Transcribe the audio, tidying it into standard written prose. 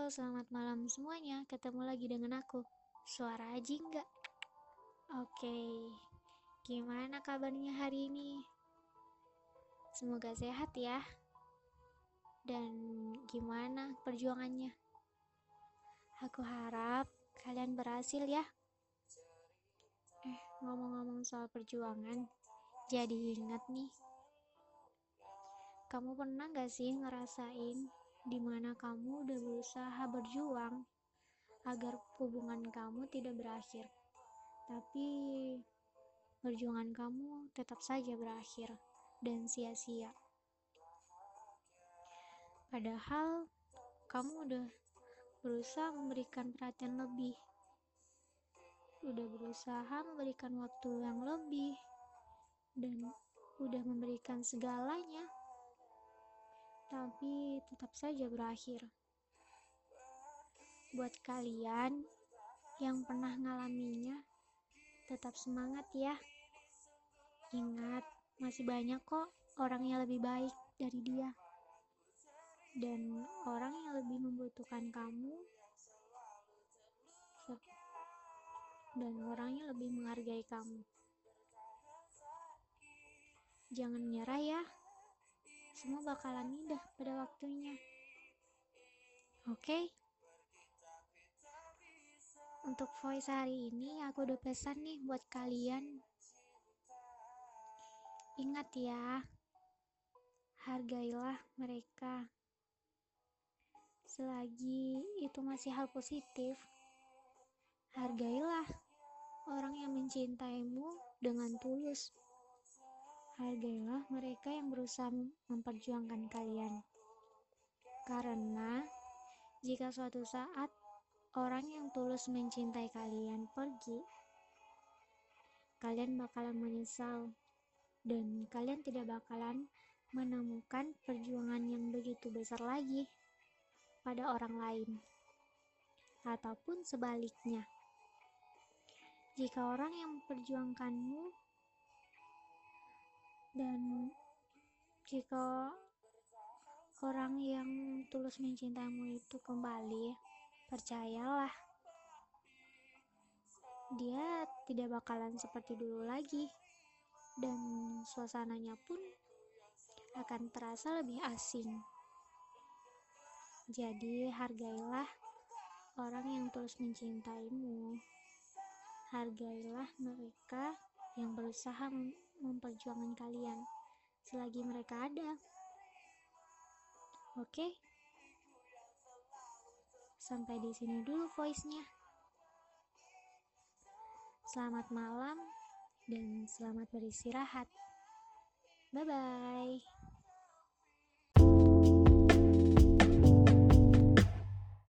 selamat malam semuanya. Ketemu lagi dengan aku. Suara Aji nggak? Oke, gimana kabarnya hari ini? Semoga sehat ya. Dan gimana perjuangannya? Aku harap kalian berhasil ya. Ngomong-ngomong soal perjuangan, jadi ingat nih. Kamu pernah gak sih ngerasain dimana kamu udah berusaha berjuang agar hubungan kamu tidak berakhir, tapi perjuangan kamu tetap saja berakhir dan sia-sia. Padahal kamu udah berusaha memberikan perhatian lebih, udah berusaha memberikan waktu yang lebih, dan udah memberikan segalanya, tapi tetap saja berakhir. Buat kalian yang pernah ngalaminya, tetap semangat ya. Ingat, masih banyak kok orang yang lebih baik dari dia. Dan orang yang lebih membutuhkan kamu. Dan orang yang lebih menghargai kamu. Jangan menyerah ya. Semua bakalan indah pada waktunya. Oke? Untuk voice hari ini aku udah pesan nih buat kalian. Ingat ya, hargailah mereka. Selagi itu masih hal positif, hargailah orang yang mencintaimu dengan tulus. Hargailah mereka yang berusaha memperjuangkan kalian. Karena jika suatu saat orang yang tulus mencintai kalian pergi, kalian bakalan menyesal dan kalian tidak bakalan menemukan perjuangan yang begitu besar lagi pada orang lain. Ataupun sebaliknya, jika orang yang memperjuangkanmu dan jika orang yang tulus mencintaimu itu kembali, percayalah, dia tidak bakalan seperti dulu lagi, dan suasananya pun akan terasa lebih asing. Jadi hargailah orang yang tulus mencintaimu. Hargailah mereka yang berusaha memperjuangkan kalian selagi mereka ada. Oke? Sampai di sini dulu voice-nya. Selamat malam dan selamat beristirahat. Bye-bye.